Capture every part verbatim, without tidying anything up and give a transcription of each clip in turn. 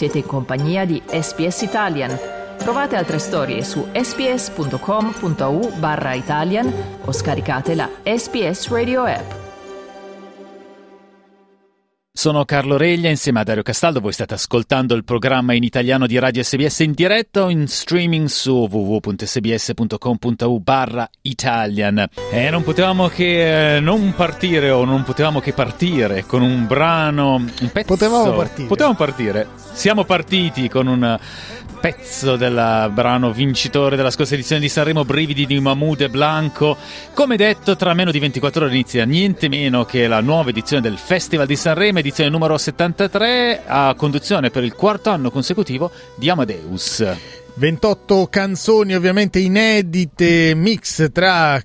Siete in compagnia di S B S Italian. Trovate altre storie su sbs.com.au barra Italian o scaricate la S B S Radio app. Sono Carlo Reglia insieme a Dario Castaldo. Voi state ascoltando il programma in italiano di Radio S B S in diretta o in streaming su w w w punto s b s punto com punto a u barra Italian. E non potevamo che eh, non partire o non potevamo che partire con un brano, un pezzo. Potevamo partire. Potevamo partire. Siamo partiti con un pezzo del brano vincitore della scorsa edizione di Sanremo, Brividi di Mahmood e Blanco. Come detto, tra meno di ventiquattro ore inizia niente meno che la nuova edizione del Festival di Sanremo, edizione numero settantatré, a conduzione per il quarto anno consecutivo di Amadeus. ventotto canzoni ovviamente inedite, mix tra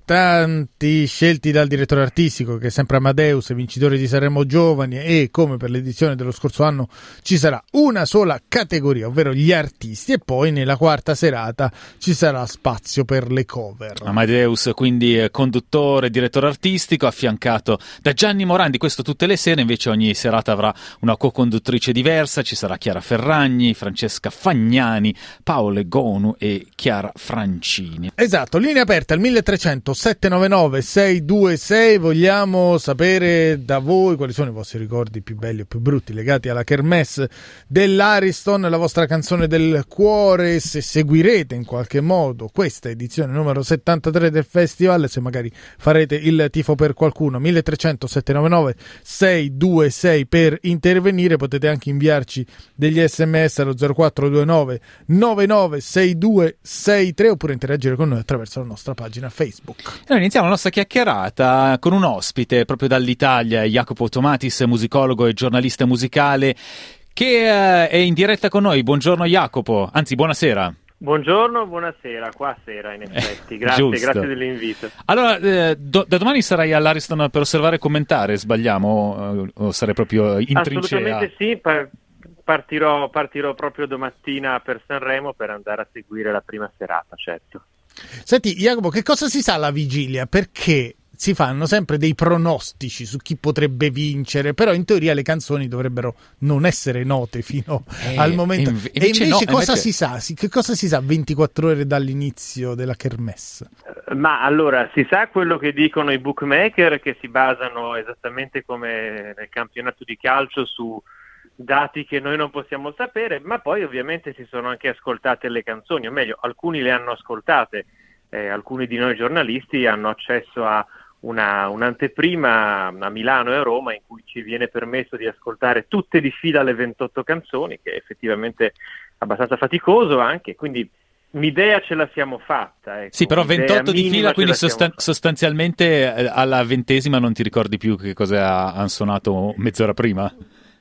cantanti scelti dal direttore artistico, che è sempre Amadeus, vincitore di Sanremo Giovani, e come per l'edizione dello scorso anno ci sarà una sola categoria, ovvero gli artisti, e poi nella quarta serata ci sarà spazio per le cover. Amadeus quindi conduttore, direttore artistico, affiancato da Gianni Morandi, questo tutte le sere. Invece ogni serata avrà una co-conduttrice diversa, ci sarà Chiara Ferragni, Francesca Fagnani, Paolo Gonu e Chiara Francini. Esatto, linea aperta al mille trecento sette nove nove sei due sei. Vogliamo sapere da voi quali sono i vostri ricordi più belli o più brutti legati alla kermesse dell'Ariston, la vostra canzone del cuore, se seguirete in qualche modo questa edizione numero settantatré del festival, se magari farete il tifo per qualcuno. Mille trecento sette nove nove sei due sei per intervenire. Potete anche inviarci degli sms allo zero quattro due nove nove nove sei due sei tre oppure interagire con noi attraverso la nostra pagina Facebook. Noi iniziamo la nostra chiacchierata con un ospite proprio dall'Italia, Jacopo Tomatis, musicologo e giornalista musicale, che uh, è in diretta con noi. Buongiorno Jacopo, anzi buonasera. Buongiorno, buonasera, qua sera in effetti, grazie, grazie dell'invito. Allora, eh, do, da domani sarai all'Ariston per osservare e commentare, sbagliamo? O, o sarei proprio in trincea? Assolutamente sì, per... Partirò, partirò proprio domattina per Sanremo per andare a seguire la prima serata, certo. Senti Jacopo, che cosa si sa alla vigilia? Perché si fanno sempre dei pronostici su chi potrebbe vincere, però in teoria le canzoni dovrebbero non essere note fino eh, al momento. Inv- e invece, invece no, cosa invece... si sa? Che cosa si sa ventiquattro ore dall'inizio della kermesse? Ma allora, si sa quello che dicono i bookmaker, che si basano esattamente come nel campionato di calcio su dati che noi non possiamo sapere, ma poi ovviamente si sono anche ascoltate le canzoni, o meglio, alcuni le hanno ascoltate, eh, alcuni di noi giornalisti hanno accesso a una, un'anteprima a Milano e a Roma in cui ci viene permesso di ascoltare tutte di fila le ventotto canzoni, che è effettivamente abbastanza faticoso anche, quindi un'idea ce la siamo fatta. Ecco. Sì, però ventotto di fila, quindi sostan- sostanzialmente eh, alla ventesima non ti ricordi più che cosa hanno suonato mezz'ora prima?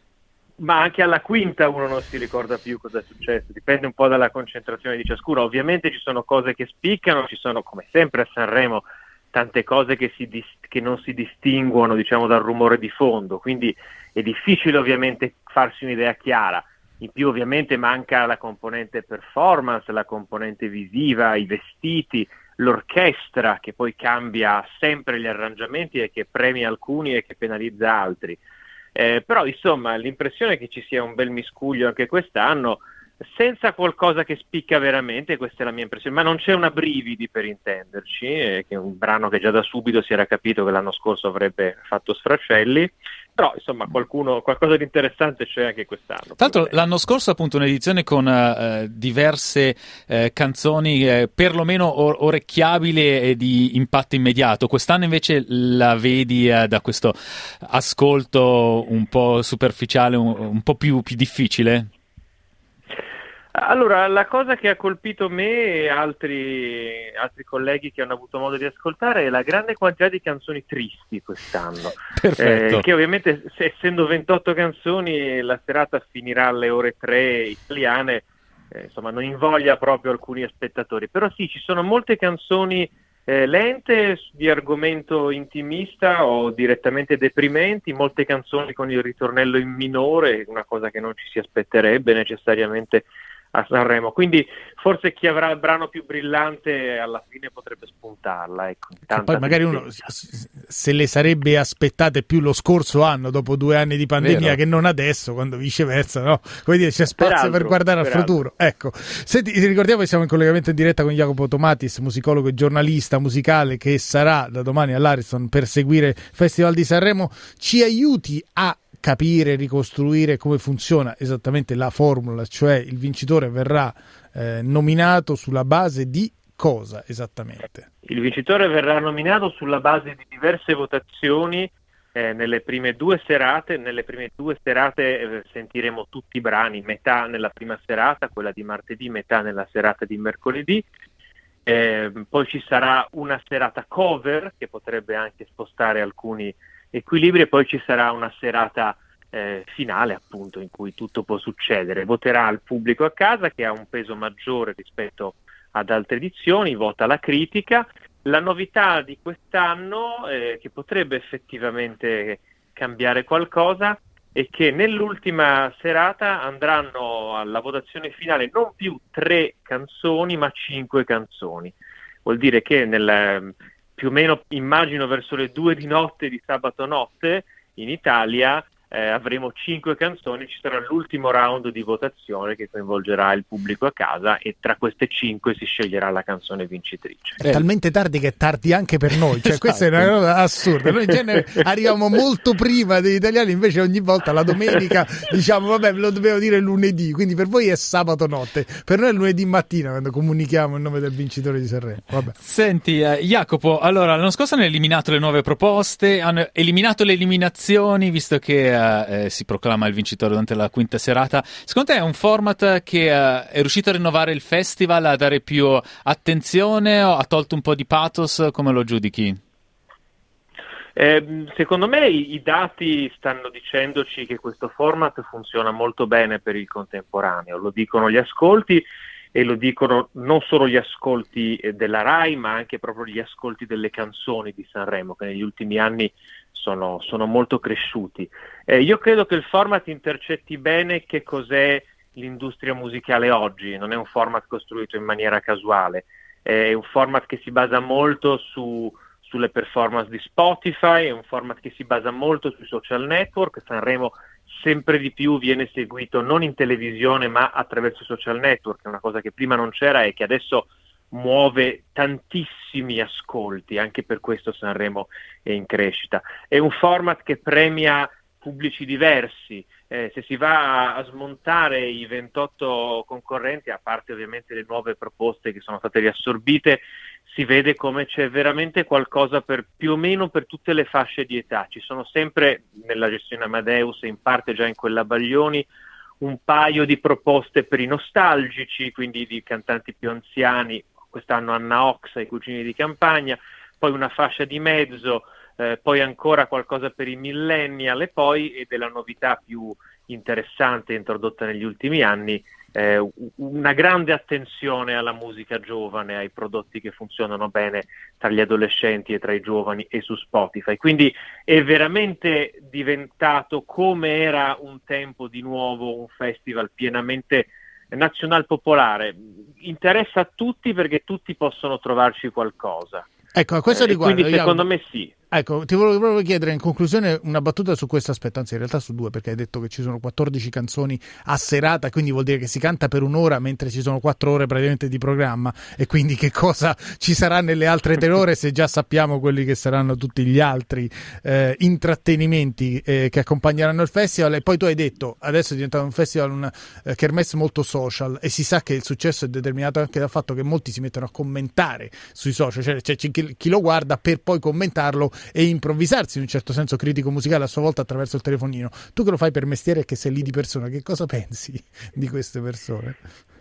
Ma anche alla quinta uno non si ricorda più cosa è successo, dipende un po' dalla concentrazione di ciascuno. Ovviamente ci sono cose che spiccano, ci sono come sempre a Sanremo tante cose che, si dis- che non si distinguono, diciamo, dal rumore di fondo, quindi è difficile ovviamente farsi un'idea chiara. In più ovviamente manca la componente performance, la componente visiva, i vestiti, l'orchestra che poi cambia sempre gli arrangiamenti e che premia alcuni e che penalizza altri. Eh, però insomma l'impressione è che ci sia un bel miscuglio anche quest'anno, senza qualcosa che spicca veramente, questa è la mia impressione, ma non c'è una Brividi per intenderci, eh, che è un brano che già da subito si era capito che l'anno scorso avrebbe fatto sfracelli, però insomma qualcuno, qualcosa di interessante c'è anche quest'anno. Tra l'altro l'anno scorso appunto un'edizione con uh, diverse uh, canzoni uh, perlomeno or- orecchiabili e di impatto immediato. Quest'anno invece la vedi uh, da questo ascolto un po' superficiale, un, un po' più, più difficile? Allora, la cosa che ha colpito me e altri, altri colleghi che hanno avuto modo di ascoltare è la grande quantità di canzoni tristi quest'anno. Perfetto. Eh, che ovviamente, se, essendo ventotto canzoni, la serata finirà alle ore tre italiane, eh, insomma non invoglia proprio alcuni spettatori. Però sì, ci sono molte canzoni eh, lente, di argomento intimista o direttamente deprimenti, molte canzoni con il ritornello in minore, una cosa che non ci si aspetterebbe necessariamente a Sanremo, quindi forse chi avrà il brano più brillante alla fine potrebbe spuntarla, ecco. Poi magari uno se le sarebbe aspettate più lo scorso anno, dopo due anni di pandemia, vero, che non adesso, quando viceversa, no? Come dire, c'è spazio peraltro, per guardare al futuro. Ecco, senti, ti ricordiamo che siamo in collegamento in diretta con Jacopo Tomatis, musicologo e giornalista musicale, che sarà da domani all'Ariston per seguire il Festival di Sanremo. Ci aiuti a capire, ricostruire come funziona esattamente la formula, cioè il vincitore verrà eh, nominato sulla base di cosa esattamente? Il vincitore verrà nominato sulla base di diverse votazioni eh, nelle prime due serate. Nelle prime due serate eh, sentiremo tutti i brani, metà nella prima serata, quella di martedì, metà nella serata di mercoledì. Eh, poi ci sarà una serata cover che potrebbe anche spostare alcuni equilibri, e poi ci sarà una serata eh, finale, appunto, in cui tutto può succedere. Voterà il pubblico a casa, che ha un peso maggiore rispetto ad altre edizioni, vota la critica. La novità di quest'anno, eh, che potrebbe effettivamente cambiare qualcosa, è che nell'ultima serata andranno alla votazione finale non più tre canzoni ma cinque canzoni. Vuol dire che nel più o meno, immagino, verso le due di notte di sabato notte in Italia eh, avremo cinque canzoni, ci sarà l'ultimo round di votazione che coinvolgerà il pubblico a casa, e tra queste cinque si sceglierà la canzone vincitrice. È talmente tardi che è tardi anche per noi, cioè esatto. Questa è una cosa assurda. Noi in genere arriviamo molto prima degli italiani, invece ogni volta la domenica diciamo vabbè, ve lo dovevo dire lunedì, quindi per voi è sabato notte, per noi è lunedì mattina quando comunichiamo il nome del vincitore di Sanremo. Vabbè. Senti eh, Jacopo, allora l'anno scorso hanno eliminato le nuove proposte, hanno eliminato le eliminazioni, visto che eh, si proclama il vincitore durante la quinta serata. Secondo te è un format che eh, è riuscito a rinnovare il festival, a dare più attenzione, o ha tolto un po' di pathos? Come lo giudichi? Eh, secondo me i, i dati stanno dicendoci che questo format funziona molto bene per il contemporaneo, lo dicono gli ascolti, e lo dicono non solo gli ascolti della Rai, ma anche proprio gli ascolti delle canzoni di Sanremo, che negli ultimi anni sono, sono molto cresciuti. Eh, io credo che il format intercetti bene che cos'è l'industria musicale oggi. Non è un format costruito in maniera casuale, è un format che si basa molto su, sulle performance di Spotify, è un format che si basa molto sui social network. Sanremo sempre di più viene seguito non in televisione ma attraverso i social network, è una cosa che prima non c'era e che adesso muove tantissimi ascolti, anche per questo Sanremo è in crescita. È un format che premia pubblici diversi, eh, se si va a, a smontare i ventotto concorrenti, a parte ovviamente le nuove proposte che sono state riassorbite, si vede come c'è veramente qualcosa per più o meno per tutte le fasce di età. Ci sono sempre nella gestione Amadeus e in parte già in quella Baglioni un paio di proposte per i nostalgici, quindi di cantanti più anziani, quest'anno Anna Oxa, i Cugini di Campagna, poi una fascia di mezzo, eh, poi ancora qualcosa per i millennial, e poi, e della novità più interessante introdotta negli ultimi anni, eh, una grande attenzione alla musica giovane, ai prodotti che funzionano bene tra gli adolescenti e tra i giovani e su Spotify. Quindi è veramente diventato, come era un tempo, di nuovo un festival pienamente nazional popolare. Interessa a tutti perché tutti possono trovarci qualcosa. Ecco, a questo eh, riguardo, quindi secondo me sì. Ecco, ti volevo proprio chiedere in conclusione una battuta su questo aspetto, anzi in realtà su due, perché hai detto che ci sono quattordici canzoni a serata, quindi vuol dire che si canta per un'ora mentre ci sono quattro ore praticamente di programma, e quindi che cosa ci sarà nelle altre tre ore se già sappiamo quelli che saranno tutti gli altri eh, intrattenimenti eh, che accompagneranno il festival. E poi tu hai detto, adesso è diventato un festival, un eh, kermesse molto social, e si sa che il successo è determinato anche dal fatto che molti si mettono a commentare sui social, cioè c'è cioè, chi, chi lo guarda per poi commentarlo e improvvisarsi in un certo senso critico musicale a sua volta attraverso il telefonino. Tu che lo fai per mestiere e che sei lì di persona, che cosa pensi di queste persone?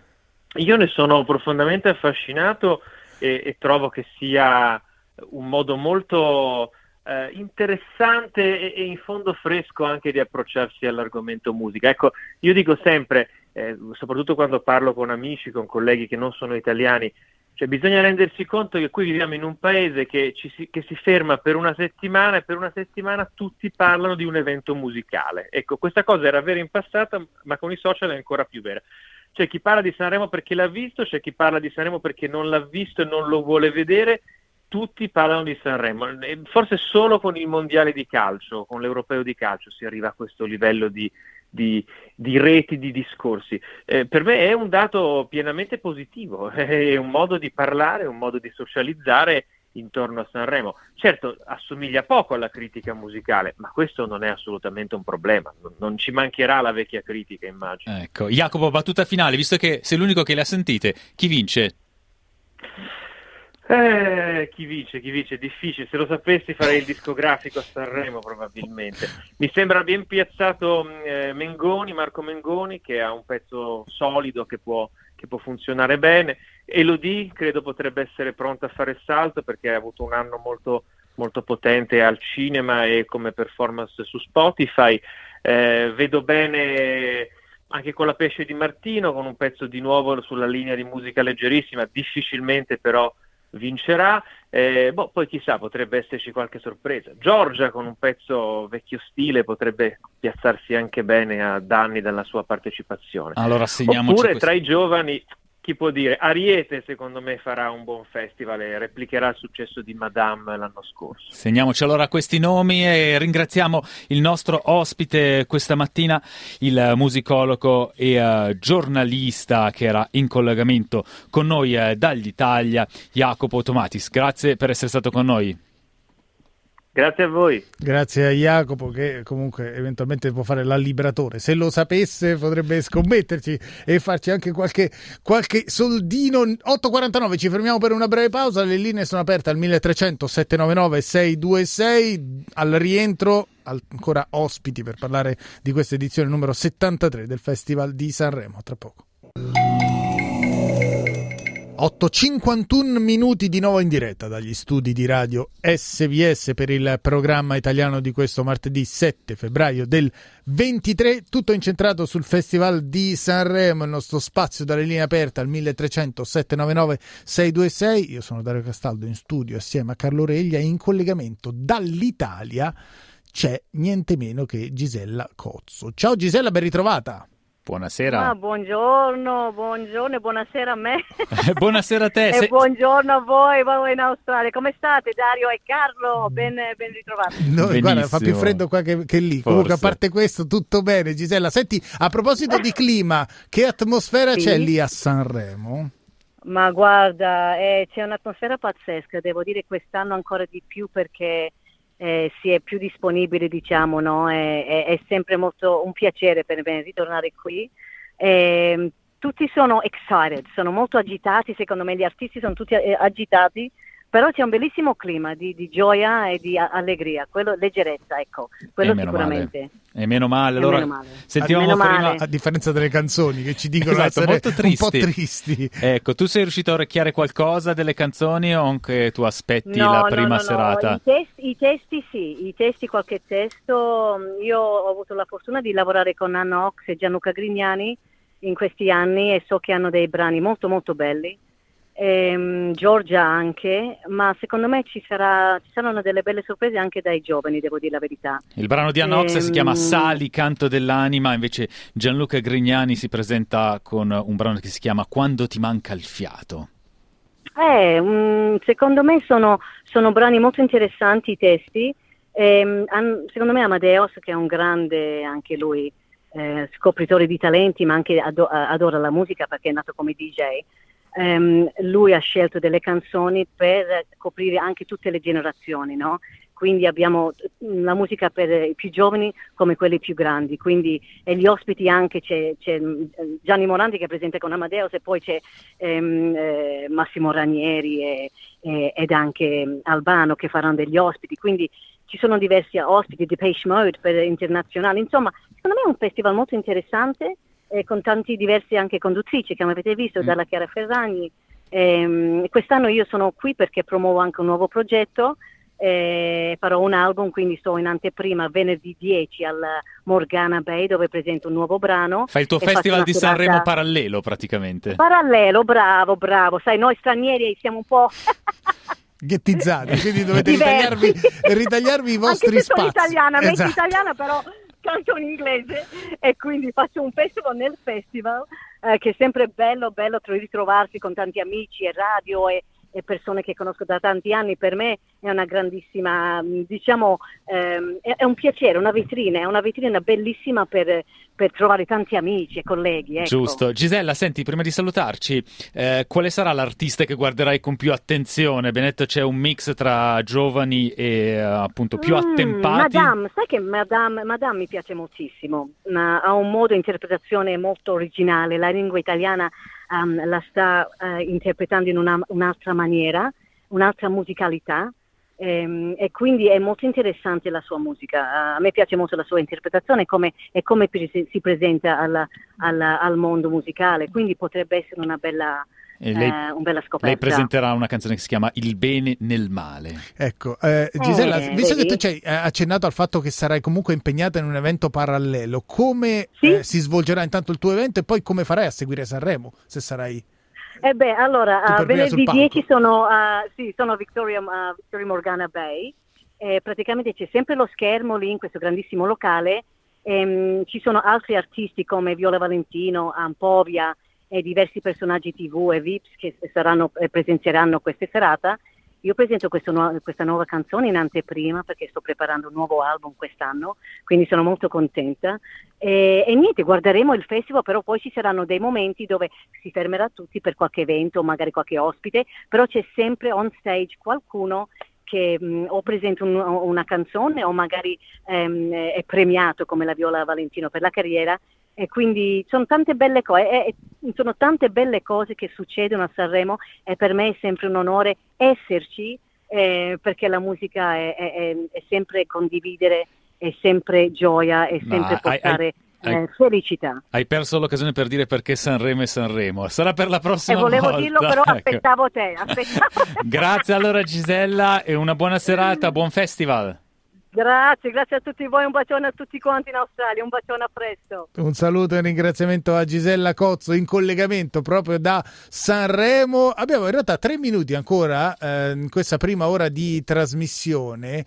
Io ne sono profondamente affascinato e, e trovo che sia un modo molto eh, interessante e, e in fondo fresco anche di approcciarsi all'argomento musica. Ecco, io dico sempre, eh, soprattutto quando parlo con amici, con colleghi che non sono italiani, cioè bisogna rendersi conto che qui viviamo in un paese che, ci si, che si ferma per una settimana, e per una settimana tutti parlano di un evento musicale. Ecco, questa cosa era vera in passato, ma con i social è ancora più vera. c'è chi parla di Sanremo perché l'ha visto, c'è chi parla di Sanremo perché non l'ha visto e non lo vuole vedere. Tutti parlano di Sanremo, forse solo con il mondiale di calcio, con l'europeo di calcio si arriva a questo livello di, di, di reti, di discorsi. Eh, per me è un dato pienamente positivo, è un modo di parlare, un modo di socializzare intorno a Sanremo. Certo, assomiglia poco alla critica musicale, ma questo non è assolutamente un problema, non, non ci mancherà la vecchia critica, immagino. Ecco, Jacopo, battuta finale, visto che sei l'unico che le ha sentite, chi vince? Eh, chi vince, chi vince, è difficile, se lo sapessi farei il discografico a Sanremo probabilmente. Mi sembra ben piazzato eh, Mengoni, Marco Mengoni, che ha un pezzo solido che può, che può funzionare bene. Elodie credo potrebbe essere pronta a fare il salto perché ha avuto un anno molto, molto potente al cinema e come performance su Spotify. Eh, vedo bene anche con la Pesce di Martino, con un pezzo di nuovo sulla linea di musica leggerissima, difficilmente però vincerà. Eh, boh, poi chissà, potrebbe esserci qualche sorpresa. Giorgia con un pezzo vecchio stile potrebbe piazzarsi anche bene a danni dalla sua partecipazione. Allora segniamoci oppure questo. Tra i giovani, chi può dire? Ariete secondo me farà un buon festival e replicherà il successo di Madame l'anno scorso. Segniamoci allora questi nomi e ringraziamo il nostro ospite questa mattina, il musicologo e uh, giornalista che era in collegamento con noi uh, dall'Italia, Jacopo Tomatis. Grazie per essere stato con noi. Grazie a voi. Grazie a Jacopo che comunque eventualmente può fare l'allibratore. Se lo sapesse potrebbe scommetterci e farci anche qualche, qualche soldino. otto e quarantanove, ci fermiamo per una breve pausa. Le linee sono aperte al milletrecento settecentonovantanove seicentoventisei. Al rientro ancora ospiti per parlare di questa edizione numero settantatré del Festival di Sanremo. Tra poco. otto e cinquantuno minuti di nuovo in diretta dagli studi di radio S B S per il programma italiano di questo martedì sette febbraio del ventitré, tutto incentrato sul Festival di Sanremo, il nostro spazio dalle linee aperte al milletrecento settecentonovantanove seicentoventisei. Io sono Dario Castaldo in studio assieme a Carlo Reglia e in collegamento dall'Italia c'è niente meno che Gisella Cozzo. Ciao Gisella, ben ritrovata. Buonasera. Ah, buongiorno, buongiorno e buonasera a me. Buonasera a te. E Se... buongiorno a voi, voi in Australia. Come state, Dario e Carlo? Ben, ben ritrovati. No, guarda, fa più freddo qua che, che lì. Forse. Comunque, a parte questo, tutto bene, Gisella. Senti, a proposito di clima, che atmosfera sì. c'è lì a Sanremo? Ma guarda, eh, c'è un'atmosfera pazzesca, devo dire quest'anno ancora di più perché Eh, si è più disponibile, diciamo, no? È, è, è sempre molto un piacere per me ritornare qui. Eh, tutti sono excited, sono molto agitati, secondo me gli artisti sono tutti agitati, però c'è un bellissimo clima di, di gioia e di allegria, quello, leggerezza, ecco, quello e sicuramente. Male. E meno male, allora meno male. sentivamo meno prima male. A differenza delle canzoni che ci dicono esatto, essere molto tristi. un po' tristi. Ecco, tu sei riuscito a orecchiare qualcosa delle canzoni o anche tu aspetti no, la no, prima no, no. serata? I testi, I testi sì, i testi, qualche testo. Io ho avuto la fortuna di lavorare con Anna Ox e Gianluca Grignani in questi anni e so che hanno dei brani molto molto belli. Ehm, Giorgia anche, ma secondo me ci sarà ci saranno delle belle sorprese anche dai giovani, devo dire la verità. Il brano di Anna Ox ehm... si chiama Sali, canto dell'anima, invece Gianluca Grignani si presenta con un brano che si chiama Quando ti manca il fiato. Eh, um, secondo me sono, sono brani molto interessanti i testi. Ehm, an, secondo me Amadeus, che è un grande anche lui eh, scopritore di talenti, ma anche ado- adora la musica perché è nato come D J. Um, lui ha scelto delle canzoni per coprire anche tutte le generazioni, no? Quindi abbiamo la musica per i più giovani come quelli più grandi, quindi e gli ospiti anche c'è, c'è Gianni Morandi che è presente con Amadeus e poi c'è um, eh, Massimo Ranieri e, e, ed anche Albano che faranno degli ospiti, quindi ci sono diversi ospiti, Depeche Mode per internazionali, insomma secondo me è un festival molto interessante. Eh, con tanti diversi anche conduttrici che avete visto, mm. dalla Chiara Ferragni. Eh, quest'anno io sono qui perché promuovo anche un nuovo progetto, eh, farò un album, quindi sto in anteprima venerdì dieci al Morgana Bay dove presento un nuovo brano. Fai il tuo festival di serata... Sanremo parallelo praticamente. Parallelo, bravo, bravo, sai noi stranieri siamo un po'... ghettizzati, quindi dovete ritagliarvi, ritagliarvi i vostri anche se spazi. Sono italiana, esatto. metto italiana però... canto in inglese e quindi faccio un festival nel festival eh, che è sempre bello, bello ritrovarsi con tanti amici e radio e, e persone che conosco da tanti anni. Per me è una grandissima, diciamo, ehm, è, è un piacere, una vetrina, è una vetrina bellissima per, per trovare tanti amici e colleghi. Ecco. Giusto. Gisella, senti, prima di salutarci, eh, quale sarà l'artista che guarderai con più attenzione? Ben detto, c'è un mix tra giovani e eh, appunto più mm, attempati. Madame, sai che Madame, Madame mi piace moltissimo, uh, ha un modo di interpretazione molto originale, la lingua italiana um, la sta uh, interpretando in una, un'altra maniera, un'altra musicalità. Ehm, e quindi è molto interessante la sua musica. Uh, a me piace molto la sua interpretazione come, e come pre- si presenta alla, alla, al mondo musicale, quindi potrebbe essere una bella, e lei, uh, una bella scoperta. Lei presenterà una canzone che si chiama Il bene nel male. Ecco, eh, Gisella, eh, visto vedi? che tu ci hai eh, accennato al fatto che sarai comunque impegnata in un evento parallelo, come Sì? eh, si svolgerà intanto il tuo evento e poi come farai a seguire Sanremo, se sarai... Eh beh, allora, Tu per uh, prima sul venerdì palco. dieci sono, uh, sì, sono a Victoria, uh, Victoria Morgana Bay, e praticamente c'è sempre lo schermo lì in questo grandissimo locale, e, um, ci sono altri artisti come Viola Valentino, Ampovia e diversi personaggi tivù e V I Ps che saranno, eh, presenzieranno questa serata. Io presento questo nu- questa nuova canzone in anteprima perché sto preparando un nuovo album quest'anno, quindi sono molto contenta. E, e niente, guarderemo il festival, però poi ci saranno dei momenti dove si fermerà tutti per qualche evento, magari qualche ospite, però c'è sempre on stage qualcuno che mh, o presenta un, una canzone o magari ehm, è premiato come la Viola Valentino per la carriera. E quindi sono tante belle cose, e, e, sono tante belle cose che succedono a Sanremo e per me è sempre un onore esserci, eh, perché la musica è, è, è sempre condividere, è sempre gioia, è sempre No, hai- portare hai- eh, felicità. Hai perso l'occasione per dire perché Sanremo è Sanremo. Sarà per la E prossima volevo volta. dirlo, però Ecco. aspettavo te. Aspettavo te. Grazie allora Gisella e una buona serata, buon festival. Grazie, grazie a tutti voi, un bacione a tutti quanti in Australia, un bacione, a presto. Un saluto e un ringraziamento a Gisella Cozzo in collegamento proprio da Sanremo. Abbiamo in realtà tre minuti ancora eh, in questa prima ora di trasmissione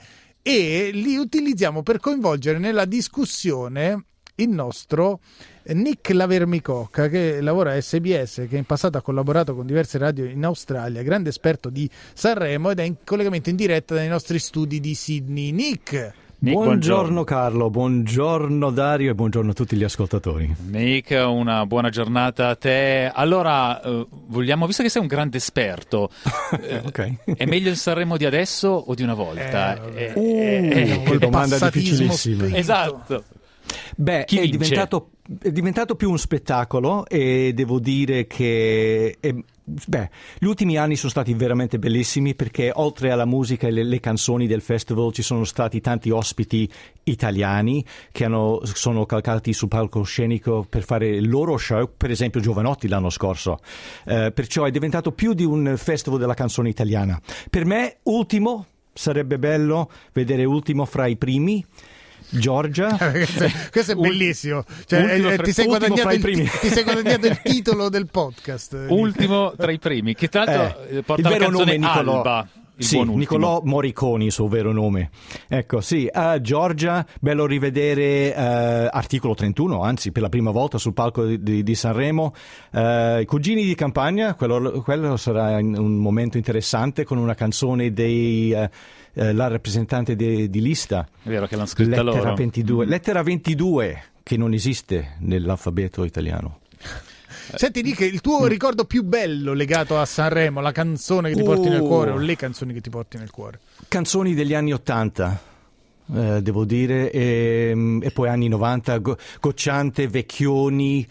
e li utilizziamo per coinvolgere nella discussione il nostro Nick Lavermicocca, che lavora a S B S, che in passato ha collaborato con diverse radio in Australia, grande esperto di Sanremo ed è in collegamento in diretta dai nostri studi di Sydney. Nick! Nick, buongiorno, buongiorno Carlo, buongiorno Dario e buongiorno a tutti gli ascoltatori. Nick, una buona giornata a te. Allora, eh, vogliamo, visto che sei un grande esperto, eh, Ok. è meglio il Sanremo di adesso o di una volta? Eh, vabbè. Eh, Uh, eh, che domanda passatismo difficilissima. spento. esatto. Beh, Chi è vince? diventato, è diventato più un spettacolo e devo dire che è, beh, gli ultimi anni sono stati veramente bellissimi perché oltre alla musica e le, le canzoni del festival ci sono stati tanti ospiti italiani che hanno, sono calcati sul palcoscenico per fare il loro show, per esempio Giovanotti l'anno scorso. Eh, perciò è diventato più di un festival della canzone italiana. Per me, ultimo, sarebbe bello vedere ultimo fra i primi Giorgia. questo, è, questo è bellissimo, cioè, ultimo eh, fra- ti, sei ultimo guadagnato fra i il, primi. ti sei guadagnato il titolo del podcast. Ultimo tra i primi, che tra l'altro Eh, eh, porta il la vero canzone nome è Nicolò. Alba. Il Sì, buon ultimo. Nicolò Morriconi, il suo vero nome. Ecco, sì, a Giorgia, bello rivedere eh, Articolo trentuno, anzi per la prima volta sul palco di, di, di Sanremo. Eh, I Cugini di Campagna, quello, quello sarà un momento interessante con una canzone dei... Eh, eh, la rappresentante de, di lista. È vero che l'hanno scritta Lettera loro. ventidue. Lettera ventidue, che non esiste nell'alfabeto italiano. Senti Nick, il tuo ricordo più bello legato a Sanremo, la canzone che ti porti nel Uh. cuore o le canzoni che ti porti nel cuore? Canzoni degli anni Ottanta, eh, devo dire, e, e poi anni novanta, Go- Gocciante, Vecchioni,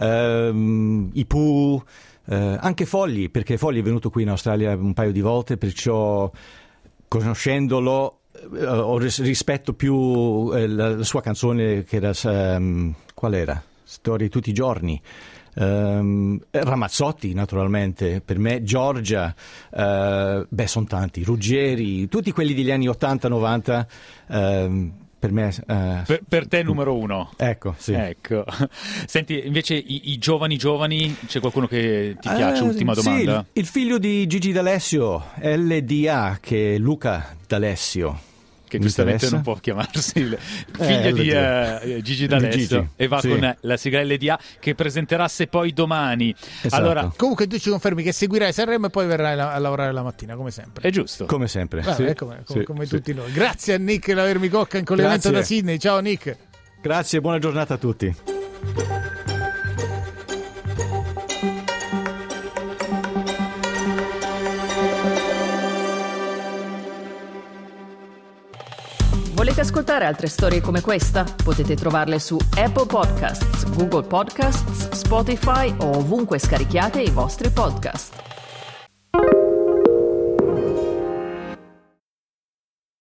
ehm, i Pooh, eh, anche Fogli, perché Fogli è venuto qui in Australia un paio di volte, perciò conoscendolo eh, ho ris- rispetto più eh, la, la sua canzone che era, ehm, qual era? Storie tutti i giorni. Um, Ramazzotti naturalmente, per me Giorgia, uh, beh sono tanti, Ruggeri, tutti quelli degli anni ottanta novanta, um, per me uh, Per, per te numero uno. ecco, sì. Ecco. Senti, invece i, i giovani giovani, c'è qualcuno che ti piace? Eh, Ultima sì, domanda. il, il figlio di Gigi D'Alessio, L D A, che è Luca D'Alessio. Che che giustamente D'Alessio. non può chiamarsi il figlio Eh, di eh, uh, Gigi D'Alessio, Gigi, e va sì. con la sigla L D A che presenterà Se poi domani. Esatto. Allora, Comunque tu ci confermi che seguirai Sanremo e poi verrai la- a lavorare la mattina, come sempre. è giusto. Come sempre. Vabbè, sì. è come, come- Sì, come sì. tutti noi. Grazie a Nick per avermi cocca in collegamento Grazie. da Sydney. Ciao Nick. Grazie, buona giornata a tutti. Volete ascoltare altre storie come questa? Potete trovarle su Apple Podcasts, Google Podcasts, Spotify o ovunque scarichiate i vostri podcast.